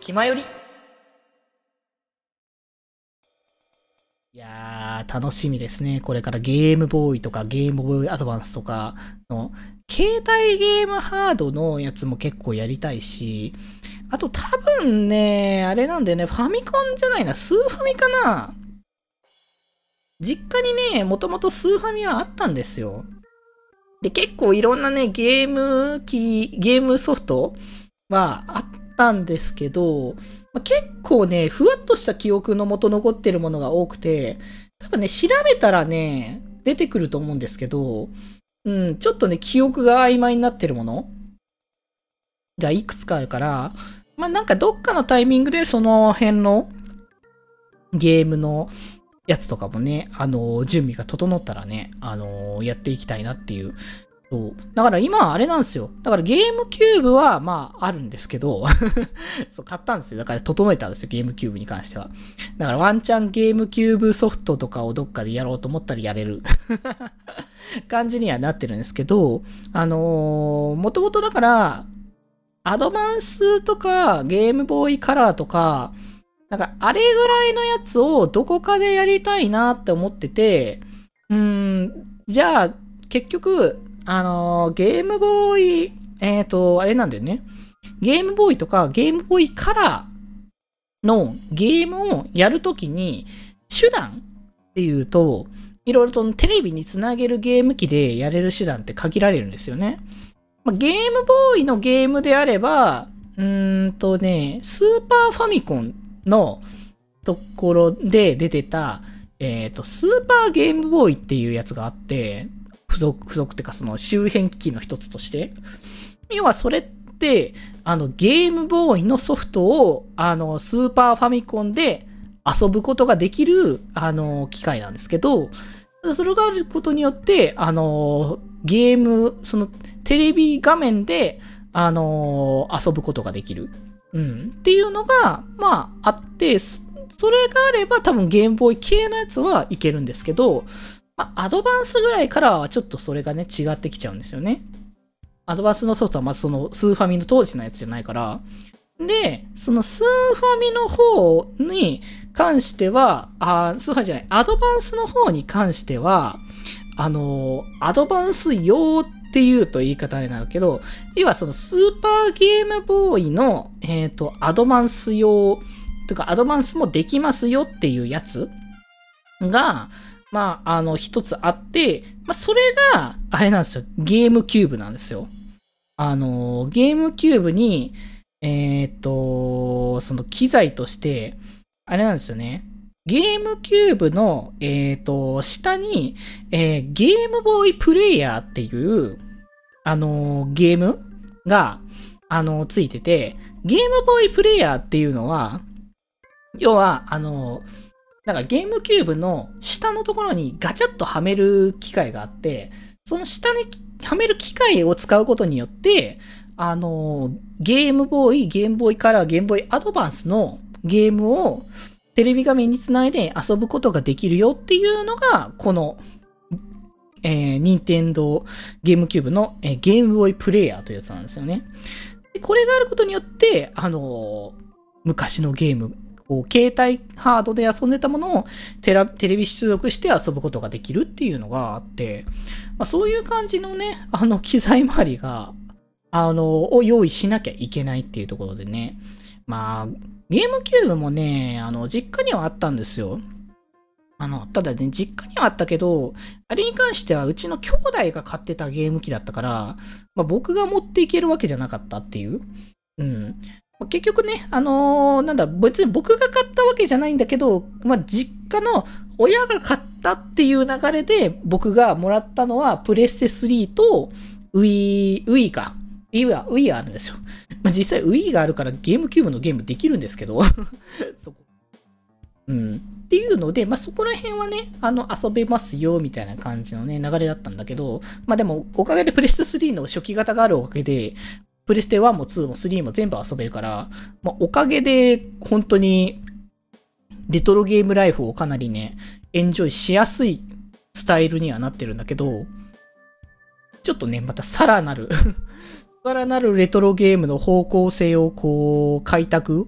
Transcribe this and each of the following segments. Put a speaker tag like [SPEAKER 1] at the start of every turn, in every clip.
[SPEAKER 1] 気まより。いやー、楽しみですね。これからゲームボーイとかゲームボーイアドバンスとかの、携帯ゲームハードのやつも結構やりたいし、あと多分ね、あれなんだよね、ファミコンじゃないな、スーファミかな。実家にね、もともとスーファミはあったんですよ。で、結構いろんなね、ゲームソフトはあったんですけど、結構ね、ふわっとした記憶の元残ってるものが多くて、多分ね、調べたらね、出てくると思うんですけど、ちょっとね、記憶が曖昧になってるものがいくつかあるから、なんかどっかのタイミングでその辺のゲームのやつとかもね、準備が整ったらね、やっていきたいなっていう。そう。だから今あれなんですよ。だからゲームキューブはあるんですけどそう、買ったんですよ。だから整えたんですよ、ゲームキューブに関しては。だからワンチャンゲームキューブソフトとかをどっかでやろうと思ったらやれる感じにはなってるんですけど、もともとだから、アドバンスとかゲームボーイカラーとか、なんかあれぐらいのやつをどこかでやりたいなって思ってて、じゃあ結局、ゲームボーイ、あれなんだよね。ゲームボーイとかゲームボーイカラーのゲームをやるときに、手段っていうと、いろいろとテレビにつなげるゲーム機でやれる手段って限られるんですよね。ゲームボーイのゲームであれば、スーパーファミコンのところで出てた、スーパーゲームボーイっていうやつがあって、付属ってかその周辺機器の一つとして。要はそれって、ゲームボーイのソフトを、スーパーファミコンで遊ぶことができる、機械なんですけど、それがあることによって、ゲーム、その、テレビ画面で、遊ぶことができる。っていうのが、あって、それがあれば多分ゲームボーイ系のやつはいけるんですけど、アドバンスぐらいからはちょっとそれがね、違ってきちゃうんですよね。アドバンスのソフトはまずそのスーファミの当時のやつじゃないから。で、そのスーファミの方に関しては、スーファミじゃない、アドバンスの方に関しては、アドバンス用っていうと言い方あれなんだけど、要はそのスーパーゲームボーイの、アドバンス用、とかアドバンスもできますよっていうやつが、一つあって、それが、あれなんですよ、ゲームキューブなんですよ。ゲームキューブに、その機材として、あれなんですよね。ゲームキューブの、下に、ゲームボーイプレイヤーっていう、ゲームが、ついてて、ゲームボーイプレイヤーっていうのは、要は、なんかゲームキューブの下のところにガチャッとはめる機械があって、その下にはめる機械を使うことによって、ゲームボーイ、ゲームボーイカラー、ゲームボーイアドバンスのゲームをテレビ画面につないで遊ぶことができるよっていうのが、この、任天堂ゲームキューブの、ゲームボーイプレイヤーというやつなんですよね。でこれがあることによって、昔のゲーム、携帯ハードで遊んでたものをテレビ出力して遊ぶことができるっていうのがあって、そういう感じのね、機材周りが、を用意しなきゃいけないっていうところでね。ゲームキューブもね、実家にはあったんですよ。ただね、実家にはあったけど、あれに関してはうちの兄弟が買ってたゲーム機だったから、僕が持っていけるわけじゃなかったっていう。結局ね、別に僕が買ったわけじゃないんだけど、実家の親が買ったっていう流れで、僕がもらったのは、プレステ3と、Wii か。Wii があるんですよ。実際 Wii があるからゲームキューブのゲームできるんですけど。そこ。っていうので、そこら辺はね、遊べますよ、みたいな感じのね、流れだったんだけど、でも、おかげでプレステ3の初期型があるおかげで、プレステ1も2も3も全部遊べるから、おかげで、本当に、レトロゲームライフをかなりね、エンジョイしやすいスタイルにはなってるんだけど、ちょっとね、またさらなるレトロゲームの方向性を開拓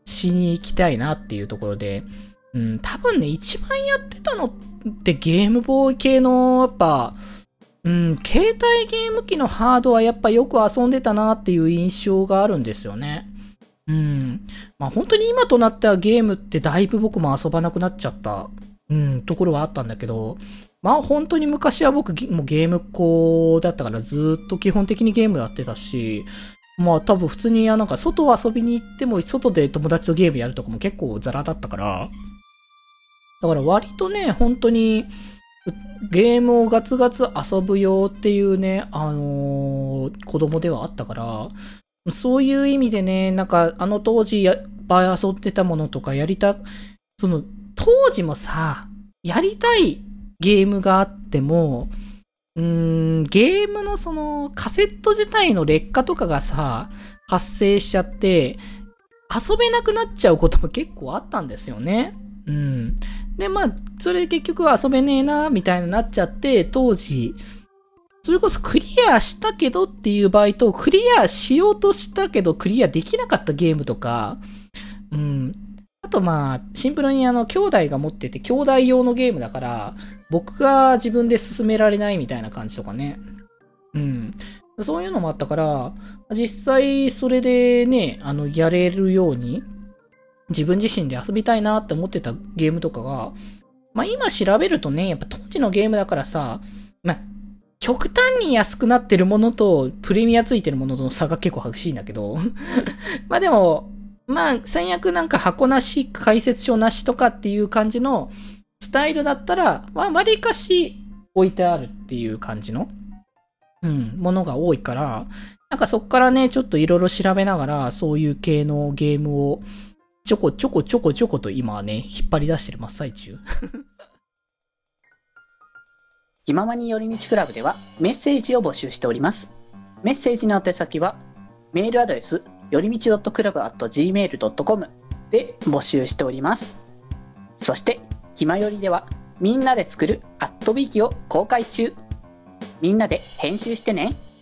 [SPEAKER 1] しに行きたいなっていうところで、多分ね、一番やってたのってゲームボーイ系の、やっぱ、携帯ゲーム機のハードはやっぱよく遊んでたなっていう印象があるんですよね。まあ本当に今となってはゲームってだいぶ僕も遊ばなくなっちゃった、ところはあったんだけど、まあ本当に昔は僕もうゲームっ子だったからずっと基本的にゲームやってたし、まあ多分普通になんか外遊びに行っても外で友達とゲームやるとかも結構ザラだったから、だから割とね、本当にゲームをガツガツ遊ぶよっていうね、子供ではあったから、そういう意味でね、なんかあの当時いっぱい遊んでたものとかその当時もさ、やりたいゲームがあっても、ゲームのそのカセット自体の劣化とかがさ、発生しちゃって、遊べなくなっちゃうことも結構あったんですよね。で、まあ、それで結局遊べねえな、みたいになっちゃって、当時、それこそクリアしたけどっていう場合と、クリアしようとしたけどクリアできなかったゲームとか、あとまあ、シンプルに兄弟が持ってて、兄弟用のゲームだから、僕が自分で進められないみたいな感じとかね。そういうのもあったから、実際それでね、やれるように、自分自身で遊びたいなって思ってたゲームとかが、まあ今調べるとね、やっぱ当時のゲームだからさ、まあ、極端に安くなってるものとプレミアついてるものとの差が結構激しいんだけど、まあでも、まあ最悪なんか箱なし、解説書なしとかっていう感じのスタイルだったら、まあ割かし置いてあるっていう感じの、ものが多いから、なんかそっからね、ちょっといろいろ調べながら、そういう系のゲームをちょこちょこちょこちょこと今はね、引っ張り出してる真っ最中。
[SPEAKER 2] 気ままに寄り道クラブではメッセージを募集しております。メッセージの宛先はメールアドレスよりみち .club@gmail.com で募集しております。そしてひまよりではみんなで作るアットビーキを公開中。みんなで編集してね。